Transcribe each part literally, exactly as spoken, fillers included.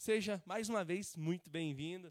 seja mais uma vez muito bem-vindo.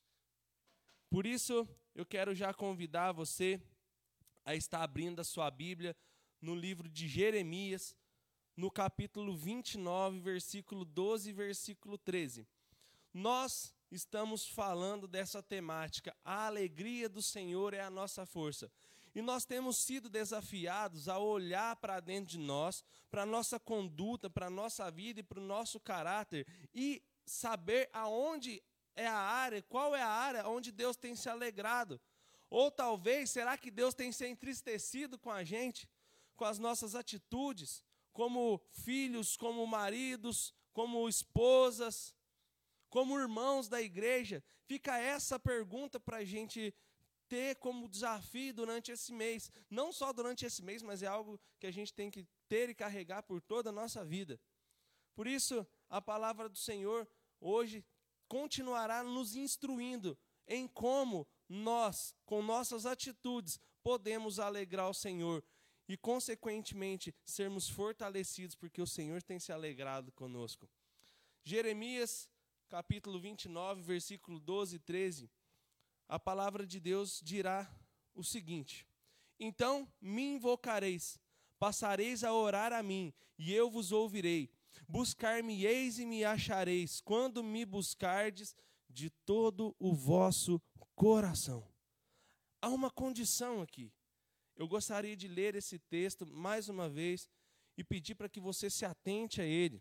Por isso, eu quero já convidar você a estar abrindo a sua Bíblia no livro de Jeremias, no capítulo vinte e nove, versículo doze e versículo treze. Nós estamos falando dessa temática, a alegria do Senhor é a nossa força. E nós temos sido desafiados a olhar para dentro de nós, para a nossa conduta, para a nossa vida e para o nosso caráter, e saber aonde é a área, qual é a área onde Deus tem se alegrado. Ou talvez, será que Deus tem se entristecido com a gente, com as nossas atitudes, como filhos, como maridos, como esposas, como irmãos da igreja? Fica essa pergunta para a gente ter como desafio durante esse mês. Não só durante esse mês, mas é algo que a gente tem que ter e carregar por toda a nossa vida. Por isso, a palavra do Senhor hoje continuará nos instruindo em como nós, com nossas atitudes, podemos alegrar o Senhor e, consequentemente, sermos fortalecidos, porque o Senhor tem se alegrado conosco. Jeremias, capítulo vinte e nove, versículo doze e treze, a palavra de Deus dirá o seguinte: então me invocareis, passareis a orar a mim, e eu vos ouvirei. Buscar-me-eis e me achareis, quando me buscardes de todo o vosso coração. Há uma condição aqui. Eu gostaria de ler esse texto mais uma vez e pedir para que você se atente a ele.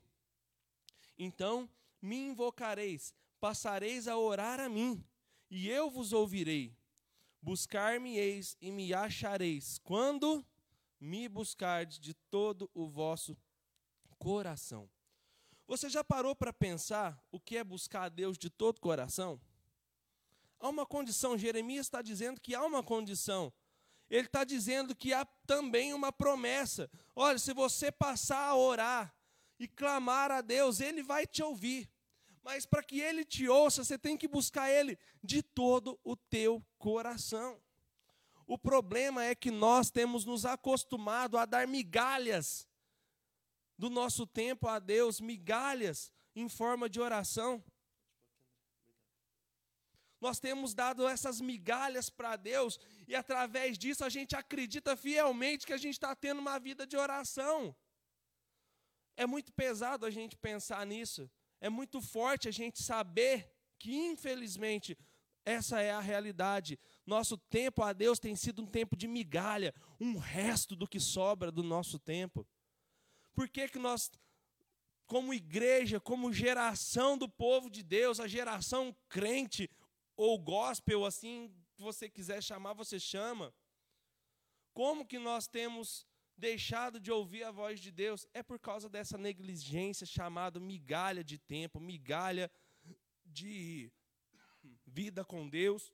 Então me invocareis, passareis a orar a mim, e eu vos ouvirei. Buscar-me-eis e me achareis, quando me buscardes de todo o vosso coração. Você já parou para pensar o que é buscar a Deus de todo o coração? Há uma condição, Jeremias está dizendo que há uma condição. Ele está dizendo que há também uma promessa. Olha, se você passar a orar e clamar a Deus, Ele vai te ouvir. Mas para que Ele te ouça, você tem que buscar Ele de todo o teu coração. O problema é que nós temos nos acostumado a dar migalhas do nosso tempo a Deus, migalhas em forma de oração. Nós temos dado essas migalhas para Deus e através disso a gente acredita fielmente que a gente está tendo uma vida de oração. É muito pesado a gente pensar nisso. É muito forte a gente saber que, infelizmente, essa é a realidade. Nosso tempo a Deus tem sido um tempo de migalha, um resto do que sobra do nosso tempo. Por que que nós, como igreja, como geração do povo de Deus, a geração crente ou gospel, assim que você quiser chamar, você chama, como que nós temos deixado de ouvir a voz de Deus? É por causa dessa negligência chamada migalha de tempo, migalha de vida com Deus.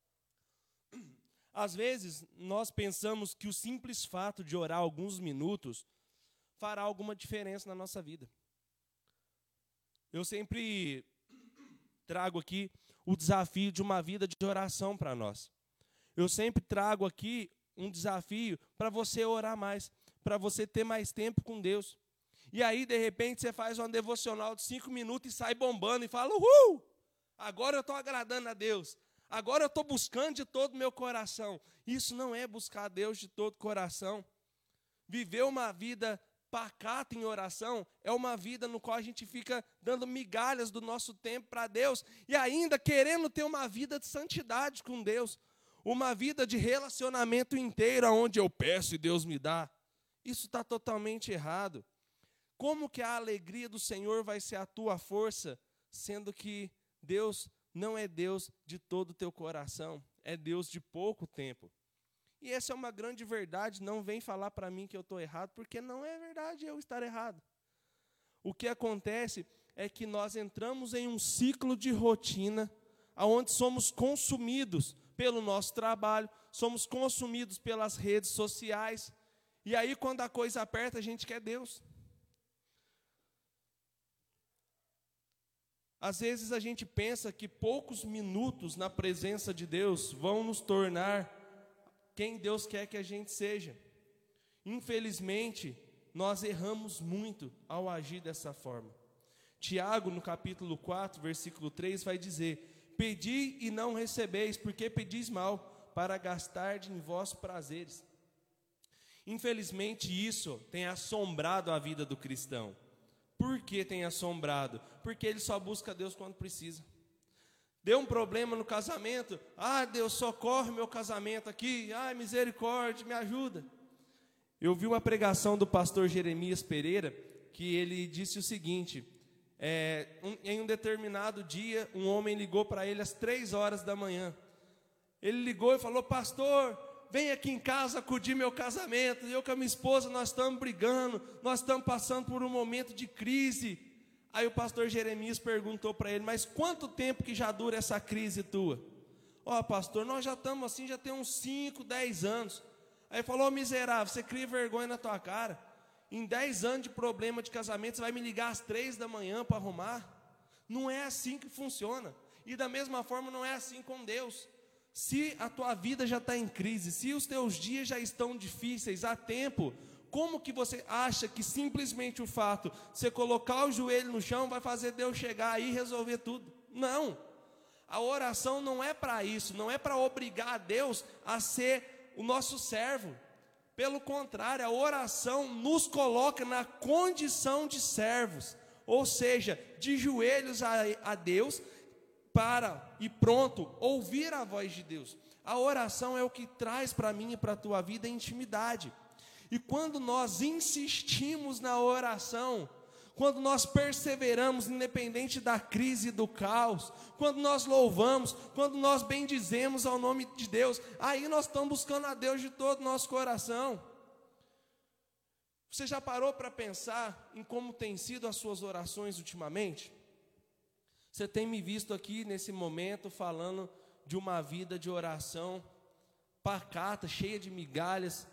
Às vezes, nós pensamos que o simples fato de orar alguns minutos fará alguma diferença na nossa vida. Eu sempre trago aqui o desafio de uma vida de oração para nós. Eu sempre trago aqui um desafio para você orar mais, para você ter mais tempo com Deus. E aí, de repente, você faz uma devocional de cinco minutos e sai bombando e fala: uhul! Agora eu estou agradando a Deus. Agora eu estou buscando de todo o meu coração. Isso não é buscar a Deus de todo o coração. Viver uma vida pacata em oração é uma vida no qual a gente fica dando migalhas do nosso tempo para Deus e ainda querendo ter uma vida de santidade com Deus, uma vida de relacionamento inteiro, onde eu peço e Deus me dá. Isso está totalmente errado. Como que a alegria do Senhor vai ser a tua força, sendo que Deus não é Deus de todo o teu coração, é Deus de pouco tempo? E essa é uma grande verdade. Não vem falar para mim que eu estou errado, porque não é verdade eu estar errado. O que acontece é que nós entramos em um ciclo de rotina, onde somos consumidos pelo nosso trabalho, somos consumidos pelas redes sociais, e aí quando a coisa aperta, a gente quer Deus. Às vezes a gente pensa que poucos minutos na presença de Deus vão nos tornar quem Deus quer que a gente seja. Infelizmente, nós erramos muito ao agir dessa forma. Tiago, no capítulo quatro, versículo três, vai dizer: pedi e não recebeis, porque pedis mal, para gastar em vossos prazeres. Infelizmente isso tem assombrado a vida do cristão. Por que tem assombrado? Porque ele só busca Deus quando precisa. Deu um problema no casamento, ah, Deus, socorre meu casamento aqui, ai, misericórdia, me ajuda. Eu vi uma pregação do pastor Jeremias Pereira, que ele disse o seguinte: é, um, em um determinado dia, um homem ligou para ele às três horas da manhã. Ele ligou e falou: pastor, vem aqui em casa acudir meu casamento. Eu com a minha esposa, nós estamos brigando, nós estamos passando por um momento de crise. Aí o pastor Jeremias perguntou para ele: mas quanto tempo que já dura essa crise tua? Ó, oh, pastor, nós já estamos assim, já tem uns cinco, dez anos. Aí ele falou: oh, miserável, você cria vergonha na tua cara. Em dez anos de problema de casamento, você vai me ligar às três da manhã para arrumar? Não é assim que funciona. E da mesma forma não é assim com Deus. Se a tua vida já está em crise, se os teus dias já estão difíceis há tempo, como que você acha que simplesmente o fato de você colocar o joelho no chão vai fazer Deus chegar aí e resolver tudo? Não. A oração não é para isso, não é para obrigar a Deus a ser o nosso servo. Pelo contrário, a oração nos coloca na condição de servos, ou seja, de joelhos a, a Deus, para e pronto, ouvir a voz de Deus. A oração é o que traz para mim e para a tua vida intimidade. E quando nós insistimos na oração, quando nós perseveramos, independente da crise e do caos, quando nós louvamos, quando nós bendizemos ao nome de Deus, aí nós estamos buscando a Deus de todo o nosso coração. Você já parou para pensar em como têm sido as suas orações ultimamente? Você tem me visto aqui nesse momento falando de uma vida de oração pacata, cheia de migalhas.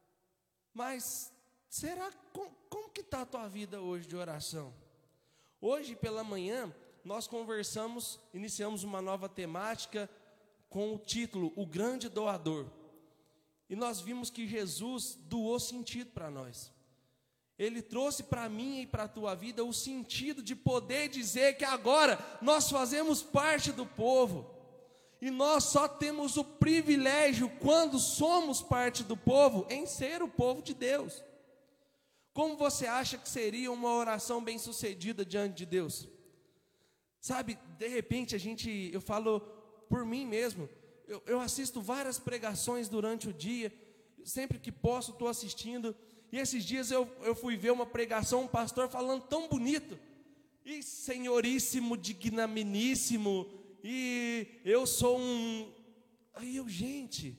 Mas será, como, como que está a tua vida hoje de oração? Hoje pela manhã nós conversamos, iniciamos uma nova temática com o título O Grande Doador. E nós vimos que Jesus doou sentido para nós. Ele trouxe para mim e para a tua vida o sentido de poder dizer que agora nós fazemos parte do povo. E nós só temos o privilégio, quando somos parte do povo, em ser o povo de Deus. Como você acha que seria uma oração bem sucedida diante de Deus? Sabe, de repente a gente, eu falo por mim mesmo, eu, eu assisto várias pregações durante o dia, sempre que posso estou assistindo. E esses dias eu, eu fui ver uma pregação, um pastor falando tão bonito, e senhoríssimo, dignaminíssimo, e eu sou um... Aí eu, gente,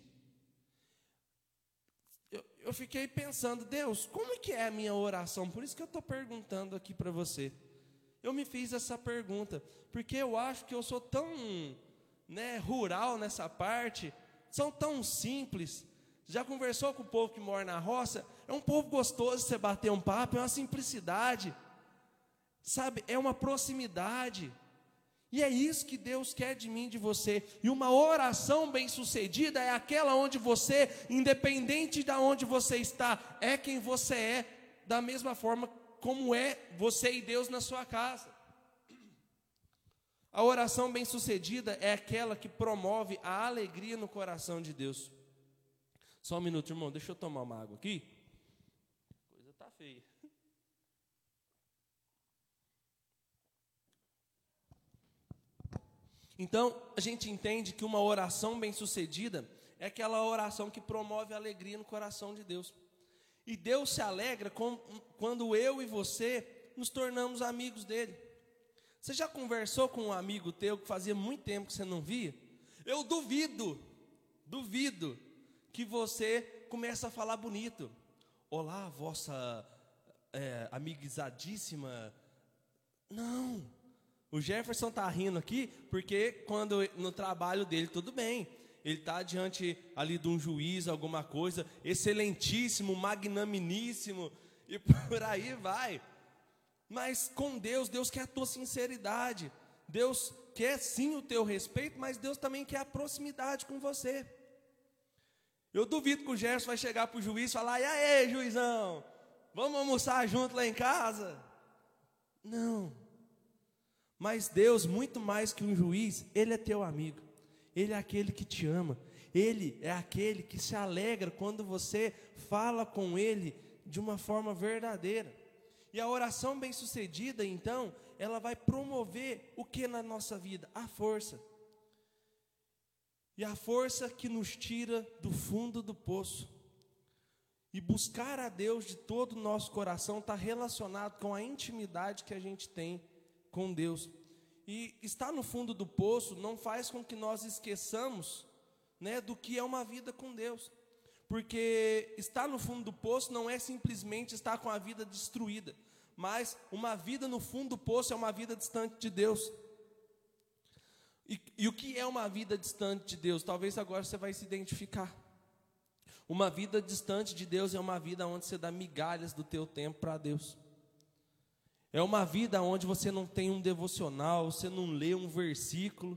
eu, eu fiquei pensando, Deus, como é que é a minha oração? Por isso que eu estou perguntando aqui para você. Eu me fiz essa pergunta, porque eu acho que eu sou tão, né, rural nessa parte, são tão simples. Já conversou com o povo que mora na roça? É um povo gostoso de você bater um papo, é uma simplicidade, sabe, é uma proximidade. E é isso que Deus quer de mim, de você. E uma oração bem sucedida é aquela onde você, independente de onde você está, é quem você é, da mesma forma como é você e Deus na sua casa. A oração bem sucedida é aquela que promove a alegria no coração de Deus. Só um minuto, irmão, deixa eu tomar uma água aqui. A coisa está feia. Então, a gente entende que uma oração bem-sucedida é aquela oração que promove a alegria no coração de Deus. E Deus se alegra com, quando eu e você nos tornamos amigos dele. Você já conversou com um amigo teu que fazia muito tempo que você não via? Eu duvido, duvido que você comece a falar bonito. Olá, vossa é, amigizadíssima. Não. O Jefferson está rindo aqui, porque quando no trabalho dele, tudo bem. Ele está diante ali de um juiz, alguma coisa, excelentíssimo, magnaminíssimo, e por aí vai. Mas com Deus, Deus quer a tua sinceridade. Deus quer sim o teu respeito, mas Deus também quer a proximidade com você. Eu duvido que o Jefferson vai chegar para o juiz e falar: e aí, juizão, vamos almoçar junto lá em casa? Não. Mas Deus, muito mais que um juiz, Ele é teu amigo. Ele é aquele que te ama. Ele é aquele que se alegra quando você fala com Ele de uma forma verdadeira. E a oração bem-sucedida, então, ela vai promover o que na nossa vida? A força. E a força que nos tira do fundo do poço. E buscar a Deus de todo o nosso coração está relacionado com a intimidade que a gente tem com Deus. E estar no fundo do poço não faz com que nós esqueçamos, né, do que é uma vida com Deus. Porque estar no fundo do poço não é simplesmente estar com a vida destruída, mas uma vida no fundo do poço é uma vida distante de Deus. E, e o que é uma vida distante de Deus? Talvez agora você vai se identificar. Uma vida distante de Deus é uma vida onde você dá migalhas do teu tempo para Deus. É uma vida onde você não tem um devocional, você não lê um versículo.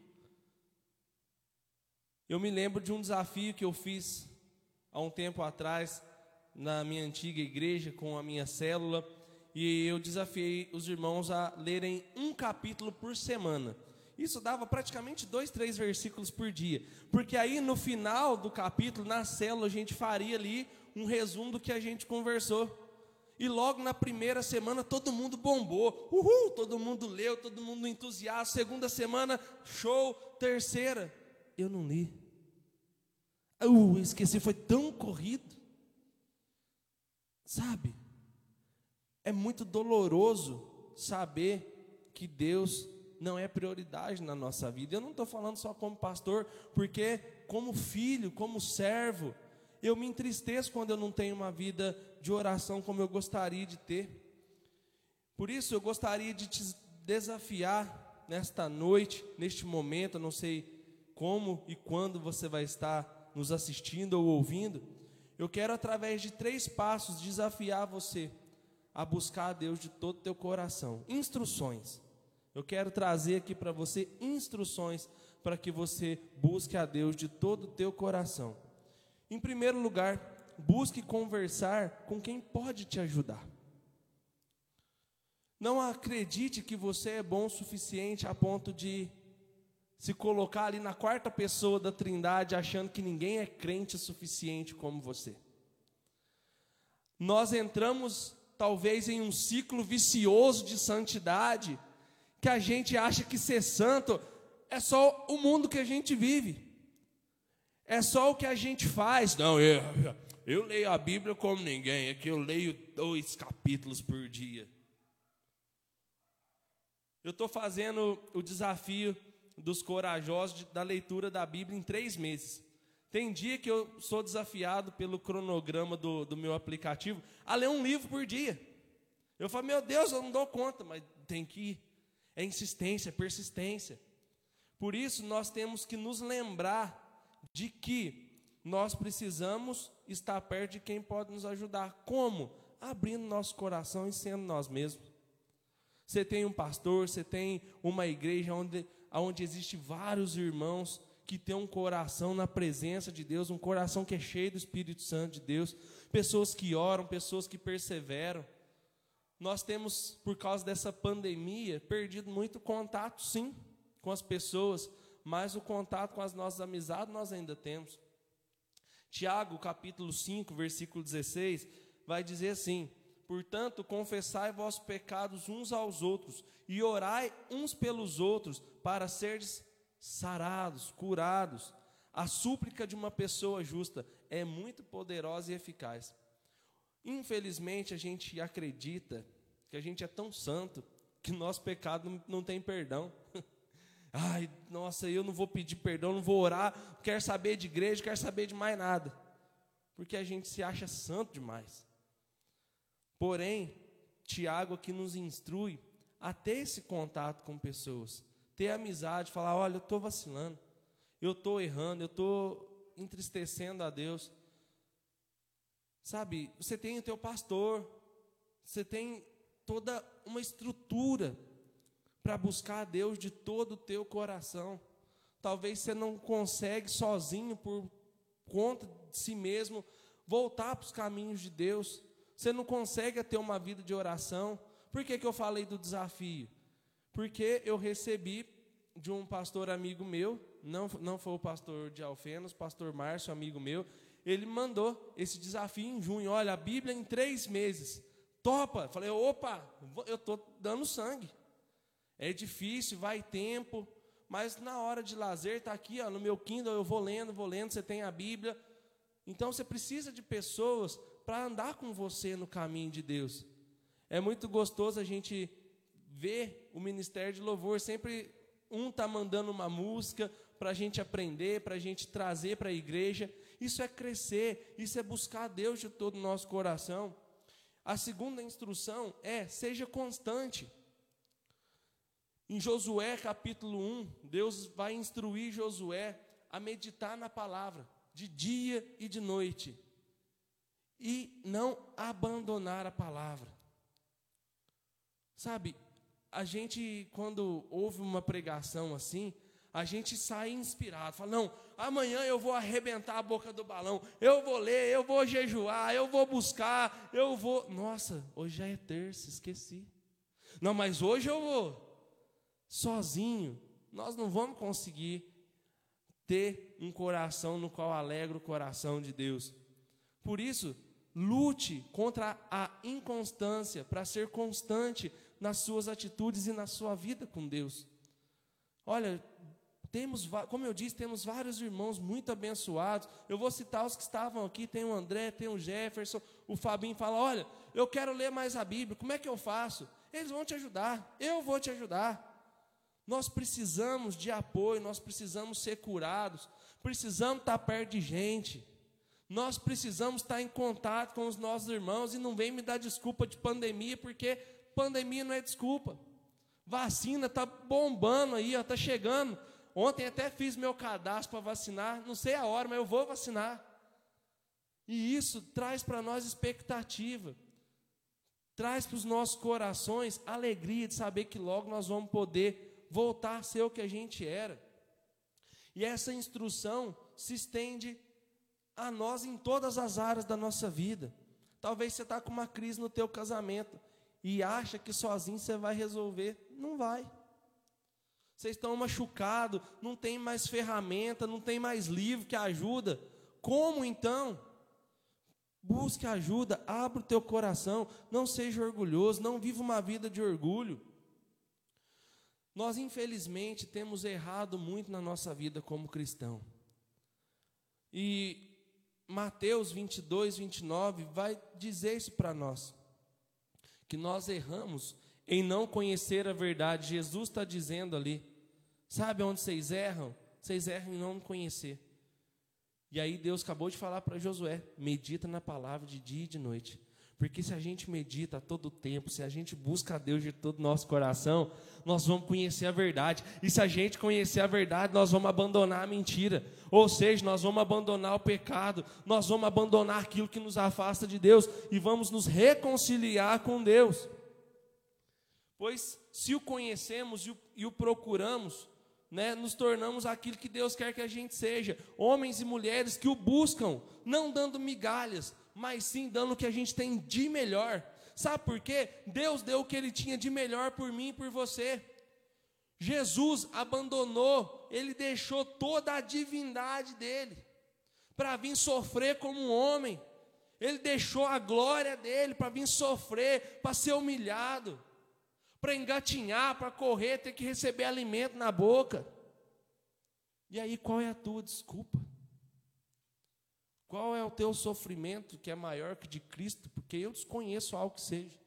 Eu me lembro de um desafio que eu fiz há um tempo atrás, na minha antiga igreja, com a minha célula, e eu desafiei os irmãos a lerem um capítulo por semana. Isso dava praticamente dois, três versículos por dia, porque aí no final do capítulo, na célula, a gente faria ali um resumo do que a gente conversou. E logo na primeira semana todo mundo bombou, uhul, todo mundo leu, todo mundo entusiasta. Segunda semana, show. Terceira, eu não li. Uh, esqueci, foi tão corrido. Sabe, é muito doloroso saber que Deus não é prioridade na nossa vida. Eu não estou falando só como pastor, porque como filho, como servo, eu me entristeço quando eu não tenho uma vida de oração como eu gostaria de ter. Por isso eu gostaria de te desafiar nesta noite, neste momento. Eu não sei como e quando você vai estar nos assistindo ou ouvindo. Eu quero, através de três passos, desafiar você a buscar a Deus de todo o teu coração. Instruções. Eu quero trazer aqui para você instruções para que você busque a Deus de todo o teu coração. Em primeiro lugar, busque conversar com quem pode te ajudar. Não acredite que você é bom o suficiente a ponto de se colocar ali na quarta pessoa da Trindade, achando que ninguém é crente o suficiente como você. Nós entramos talvez em um ciclo vicioso de santidade, que a gente acha que ser santo é só o mundo que a gente vive, é só o que a gente faz. Não, eu, eu leio a Bíblia como ninguém, é que eu leio dois capítulos por dia. Eu estou fazendo o desafio dos corajosos de, da leitura da Bíblia em três meses. Tem dia que eu sou desafiado pelo cronograma do, do meu aplicativo a ler um livro por dia. Eu falo, meu Deus, eu não dou conta, mas tem que ir. É insistência, é persistência. Por isso nós temos que nos lembrar de que nós precisamos estar perto de quem pode nos ajudar. Como? Abrindo nosso coração e sendo nós mesmos. Você tem um pastor, você tem uma igreja onde, onde existe vários irmãos que têm um coração na presença de Deus, um coração que é cheio do Espírito Santo de Deus, pessoas que oram, pessoas que perseveram. Nós temos, por causa dessa pandemia, perdido muito contato, sim, com as pessoas, mas o contato com as nossas amizades nós ainda temos. Tiago, capítulo cinco, versículo dezesseis, vai dizer assim: portanto, confessai vossos pecados uns aos outros, e orai uns pelos outros, para serdes sarados, curados. A súplica de uma pessoa justa é muito poderosa e eficaz. Infelizmente, a gente acredita que a gente é tão santo que nosso pecado não, não tem perdão. Ai, nossa, eu não vou pedir perdão, não vou orar, não quero saber de igreja, não quero saber de mais nada. Porque a gente se acha santo demais. Porém, Tiago aqui nos instrui a ter esse contato com pessoas, ter amizade, falar, olha, eu estou vacilando, eu estou errando, eu estou entristecendo a Deus. Sabe, você tem o teu pastor, você tem toda uma estrutura para buscar a Deus de todo o teu coração. Talvez você não consegue sozinho, por conta de si mesmo, voltar para os caminhos de Deus. Você não consegue ter uma vida de oração. Por que que eu falei do desafio? Porque eu recebi de um pastor amigo meu, não, não foi o pastor de Alfenas, o pastor Márcio, amigo meu, ele mandou esse desafio em junho. Olha, a Bíblia em três meses. Topa? Falei, opa, eu estou dando sangue. É difícil, vai tempo, mas na hora de lazer, está aqui, ó, no meu Kindle, eu vou lendo, vou lendo, você tem a Bíblia. Então você precisa de pessoas para andar com você no caminho de Deus. É muito gostoso a gente ver o ministério de louvor, sempre um está mandando uma música para a gente aprender, para a gente trazer para a igreja. Isso é crescer, isso é buscar Deus de todo o nosso coração. A segunda instrução é, seja constante. Em Josué capítulo um, Deus vai instruir Josué a meditar na palavra, de dia e de noite, e não abandonar a palavra. Sabe, a gente, quando ouve uma pregação assim, a gente sai inspirado, fala, não, amanhã eu vou arrebentar a boca do balão, eu vou ler, eu vou jejuar, eu vou buscar, eu vou... Nossa, hoje já é terça, esqueci. Não, mas hoje eu vou. Sozinho, nós não vamos conseguir ter um coração no qual alegra o coração de Deus. Por isso, lute contra a inconstância para ser constante nas suas atitudes e na sua vida com Deus. Olha, temos, como eu disse, temos vários irmãos muito abençoados. Eu vou citar os que estavam aqui, tem o André, tem o Jefferson, o Fabinho fala, olha, eu quero ler mais a Bíblia, como é que eu faço? Eles vão te ajudar, eu vou te ajudar. Nós precisamos de apoio, nós precisamos ser curados, precisamos estar perto de gente, nós precisamos estar em contato com os nossos irmãos, e não vem me dar desculpa de pandemia, porque pandemia não é desculpa. Vacina está bombando aí, está chegando. Ontem até fiz meu cadastro para vacinar, não sei a hora, mas eu vou vacinar. E isso traz para nós expectativa, traz para os nossos corações alegria de saber que logo nós vamos poder voltar a ser o que a gente era. E essa instrução se estende a nós em todas as áreas da nossa vida. Talvez você está com uma crise no teu casamento e acha que sozinho você vai resolver. Não vai. Vocês estão machucados, não tem mais ferramenta, não tem mais livro que ajuda. Como então? Busque ajuda, abra o teu coração, não seja orgulhoso, não viva uma vida de orgulho. Nós, infelizmente, temos errado muito na nossa vida como cristão. E Mateus vinte e dois, vinte e nove vai dizer isso para nós. Que nós erramos em não conhecer a verdade. Jesus está dizendo ali, sabe onde vocês erram? Vocês erram em não conhecer. E aí Deus acabou de falar para Josué, medita na palavra de dia e de noite. Porque se a gente medita a todo tempo, se a gente busca a Deus de todo o nosso coração, nós vamos conhecer a verdade. E se a gente conhecer a verdade, nós vamos abandonar a mentira. Ou seja, nós vamos abandonar o pecado, nós vamos abandonar aquilo que nos afasta de Deus e vamos nos reconciliar com Deus. Pois se o conhecemos e o, e o procuramos, né, nos tornamos aquilo que Deus quer que a gente seja. Homens e mulheres que o buscam, não dando migalhas, mas sim dando o que a gente tem de melhor. Sabe por quê? Deus deu o que Ele tinha de melhor por mim e por você. Jesus abandonou, Ele deixou toda a divindade dEle para vir sofrer como um homem. Ele deixou a glória dEle para vir sofrer, para ser humilhado, para engatinhar, para correr, ter que receber alimento na boca. E aí, qual é a tua desculpa? Qual é o teu sofrimento que é maior que de Cristo? Porque eu desconheço algo que seja.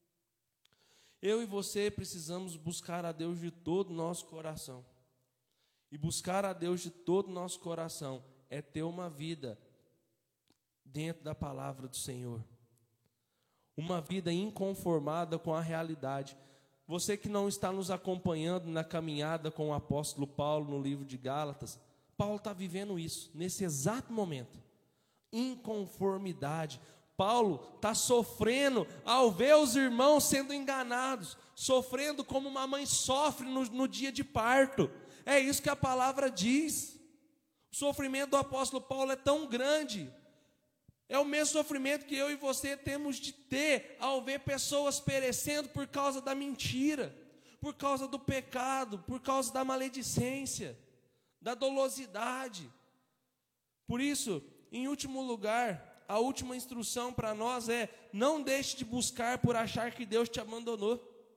Eu e você precisamos buscar a Deus de todo o nosso coração. E buscar a Deus de todo o nosso coração é ter uma vida dentro da palavra do Senhor. Uma vida inconformada com a realidade. Você que não está nos acompanhando na caminhada com o apóstolo Paulo no livro de Gálatas, Paulo está vivendo isso, nesse exato momento. Inconformidade. Paulo está sofrendo ao ver os irmãos sendo enganados, sofrendo como uma mãe sofre no, no dia de parto. É isso que a palavra diz. O sofrimento do apóstolo Paulo é tão grande, é o mesmo sofrimento que eu e você temos de ter ao ver pessoas perecendo por causa da mentira, por causa do pecado, por causa da maledicência, da dolosidade. Por isso, em último lugar, a última instrução para nós é: não deixe de buscar por achar que Deus te abandonou.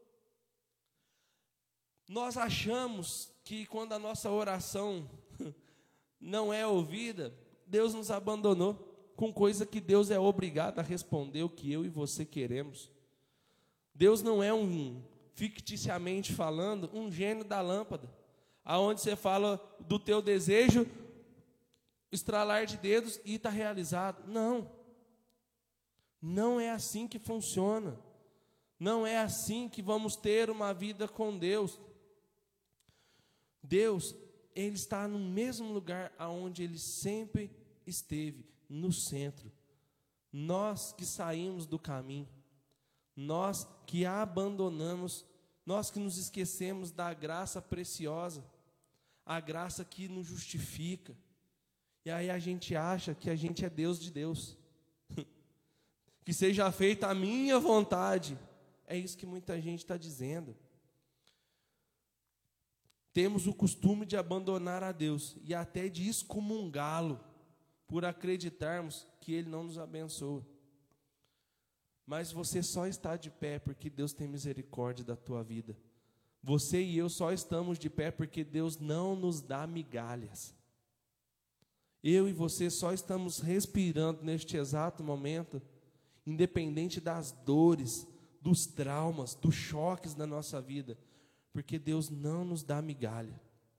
Nós achamos que quando a nossa oração não é ouvida, Deus nos abandonou, com coisa que Deus é obrigado a responder o que eu e você queremos. Deus não é um, ficticiamente falando, um gênio da lâmpada, aonde você fala do teu desejo, estralar de dedos e está realizado. Não, não é assim que funciona, não é assim que vamos ter uma vida com Deus. Deus, Ele está no mesmo lugar aonde Ele sempre esteve, no centro. Nós que saímos do caminho, nós que abandonamos, nós que nos esquecemos da graça preciosa, a graça que nos justifica, e aí a gente acha que a gente é Deus de Deus, que seja feita a minha vontade, é isso que muita gente está dizendo. Temos o costume de abandonar a Deus e até de excomungá-lo, por acreditarmos que Ele não nos abençoa. Mas você só está de pé porque Deus tem misericórdia da tua vida. Você e eu só estamos de pé porque Deus não nos dá migalhas. Eu e você só estamos respirando neste exato momento, independente das dores, dos traumas, dos choques da nossa vida, porque Deus não nos dá migalha.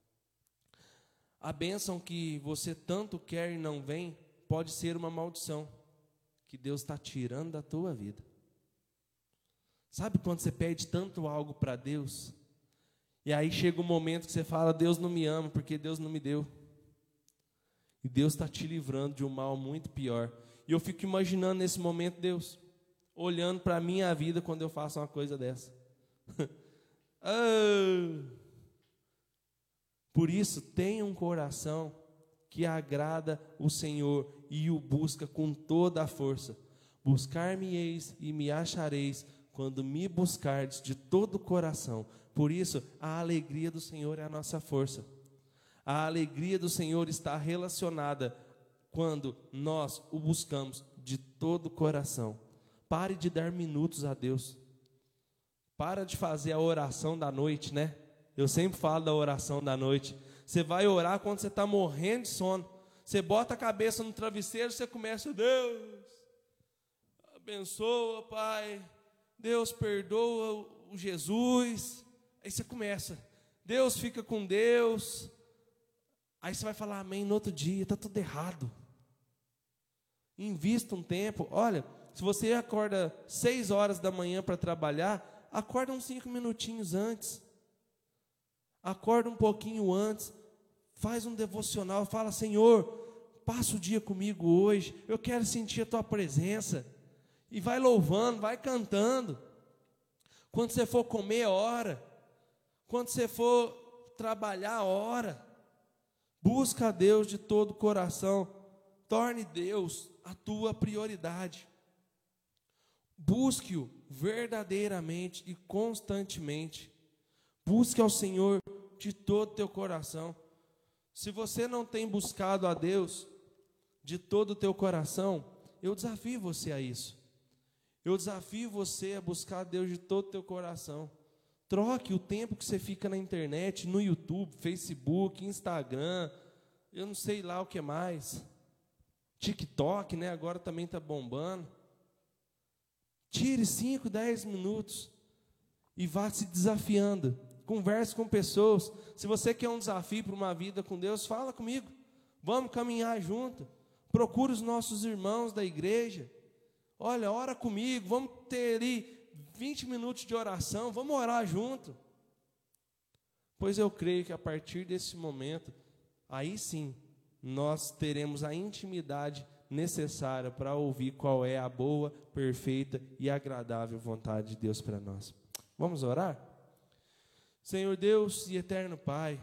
A bênção que você tanto quer e não vem, pode ser uma maldição, que Deus está tirando da tua vida. Sabe quando você pede tanto algo para Deus, e aí chega um momento que você fala: Deus não me ama, porque Deus não me deu. E Deus está te livrando de um mal muito pior. E eu fico imaginando nesse momento Deus, olhando para a minha vida quando eu faço uma coisa dessa. ah, Por isso, tenha um coração que agrada o Senhor e o busca com toda a força. Buscar-me-eis e me achareis, quando me buscardes de todo o coração. Por isso, a alegria do Senhor é a nossa força. A alegria do Senhor está relacionada quando nós o buscamos de todo o coração. Pare de dar minutos a Deus. Para de fazer a oração da noite, né? Eu sempre falo da oração da noite. Você vai orar quando você está morrendo de sono. Você bota a cabeça no travesseiro, você começa: Deus, abençoa, Pai. Deus, perdoa o Jesus. Aí você começa: Deus, fica com Deus. Aí você vai falar amém no outro dia. Está tudo errado. Invista um tempo. Olha, se você acorda seis horas da manhã para trabalhar, acorda uns cinco minutinhos antes. Acorda um pouquinho antes, faz um devocional, fala: Senhor, passa o dia comigo hoje, eu quero sentir a tua presença. E vai louvando, vai cantando. Quando você for comer, ora. Quando você for trabalhar, ora. Busca a Deus de todo o coração. Torne Deus a tua prioridade. Busque-o verdadeiramente e constantemente. Busque ao Senhor de todo o teu coração. Se você não tem buscado a Deus de todo o teu coração, eu desafio você a isso. Eu desafio você a buscar a Deus de todo o teu coração. Troque o tempo que você fica na internet, no YouTube, Facebook, Instagram, eu não sei lá o que mais. TikTok, né? Agora também está bombando. Tire cinco, dez minutos e vá se desafiando. Converse com pessoas. Se você quer um desafio para uma vida com Deus, fala comigo. Vamos caminhar junto. Procure os nossos irmãos da igreja. Olha, ora comigo. Vamos ter ali vinte minutos de oração. Vamos orar junto. Pois eu creio que a partir desse momento, aí sim, nós teremos a intimidade necessária para ouvir qual é a boa, perfeita e agradável vontade de Deus para nós. Vamos orar? Senhor Deus e eterno Pai,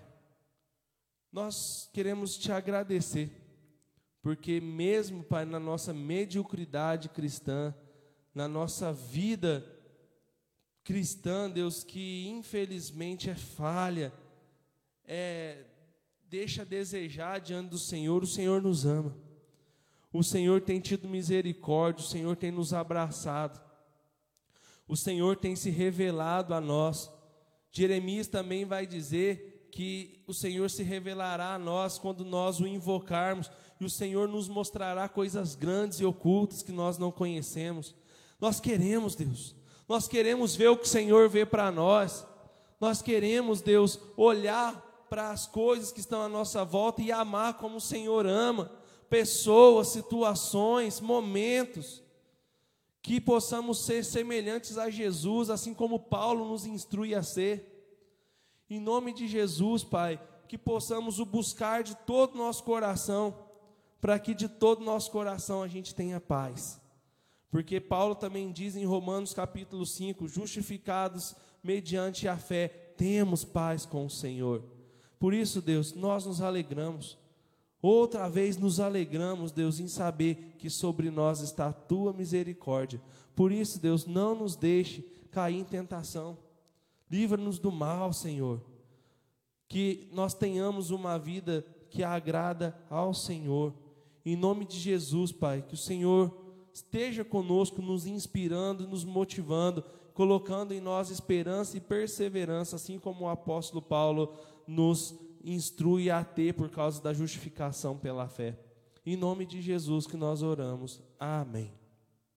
nós queremos te agradecer, porque mesmo, Pai, na nossa mediocridade cristã, na nossa vida cristã, Deus, que infelizmente é falha, é, deixa a desejar diante do Senhor, o Senhor nos ama. O Senhor tem tido misericórdia, o Senhor tem nos abraçado. O Senhor tem se revelado a nós. Jeremias também vai dizer que o Senhor se revelará a nós quando nós o invocarmos, e o Senhor nos mostrará coisas grandes e ocultas que nós não conhecemos. Nós queremos, Deus, nós queremos ver o que o Senhor vê para nós. Nós queremos, Deus, olhar para as coisas que estão à nossa volta e amar como o Senhor ama, pessoas, situações, momentos, que possamos ser semelhantes a Jesus, assim como Paulo nos instrui a ser. Em nome de Jesus, Pai, que possamos o buscar de todo o nosso coração, para que de todo o nosso coração a gente tenha paz. Porque Paulo também diz em Romanos capítulo cinco, justificados mediante a fé, temos paz com o Senhor. Por isso, Deus, nós nos alegramos. Outra vez nos alegramos, Deus, em saber que sobre nós está a Tua misericórdia. Por isso, Deus, não nos deixe cair em tentação. Livra-nos do mal, Senhor. Que nós tenhamos uma vida que agrada ao Senhor. Em nome de Jesus, Pai, que o Senhor esteja conosco, nos inspirando, nos motivando, colocando em nós esperança e perseverança, assim como o apóstolo Paulo nos instrui a ter por causa da justificação pela fé. Em nome de Jesus que nós oramos. Amém.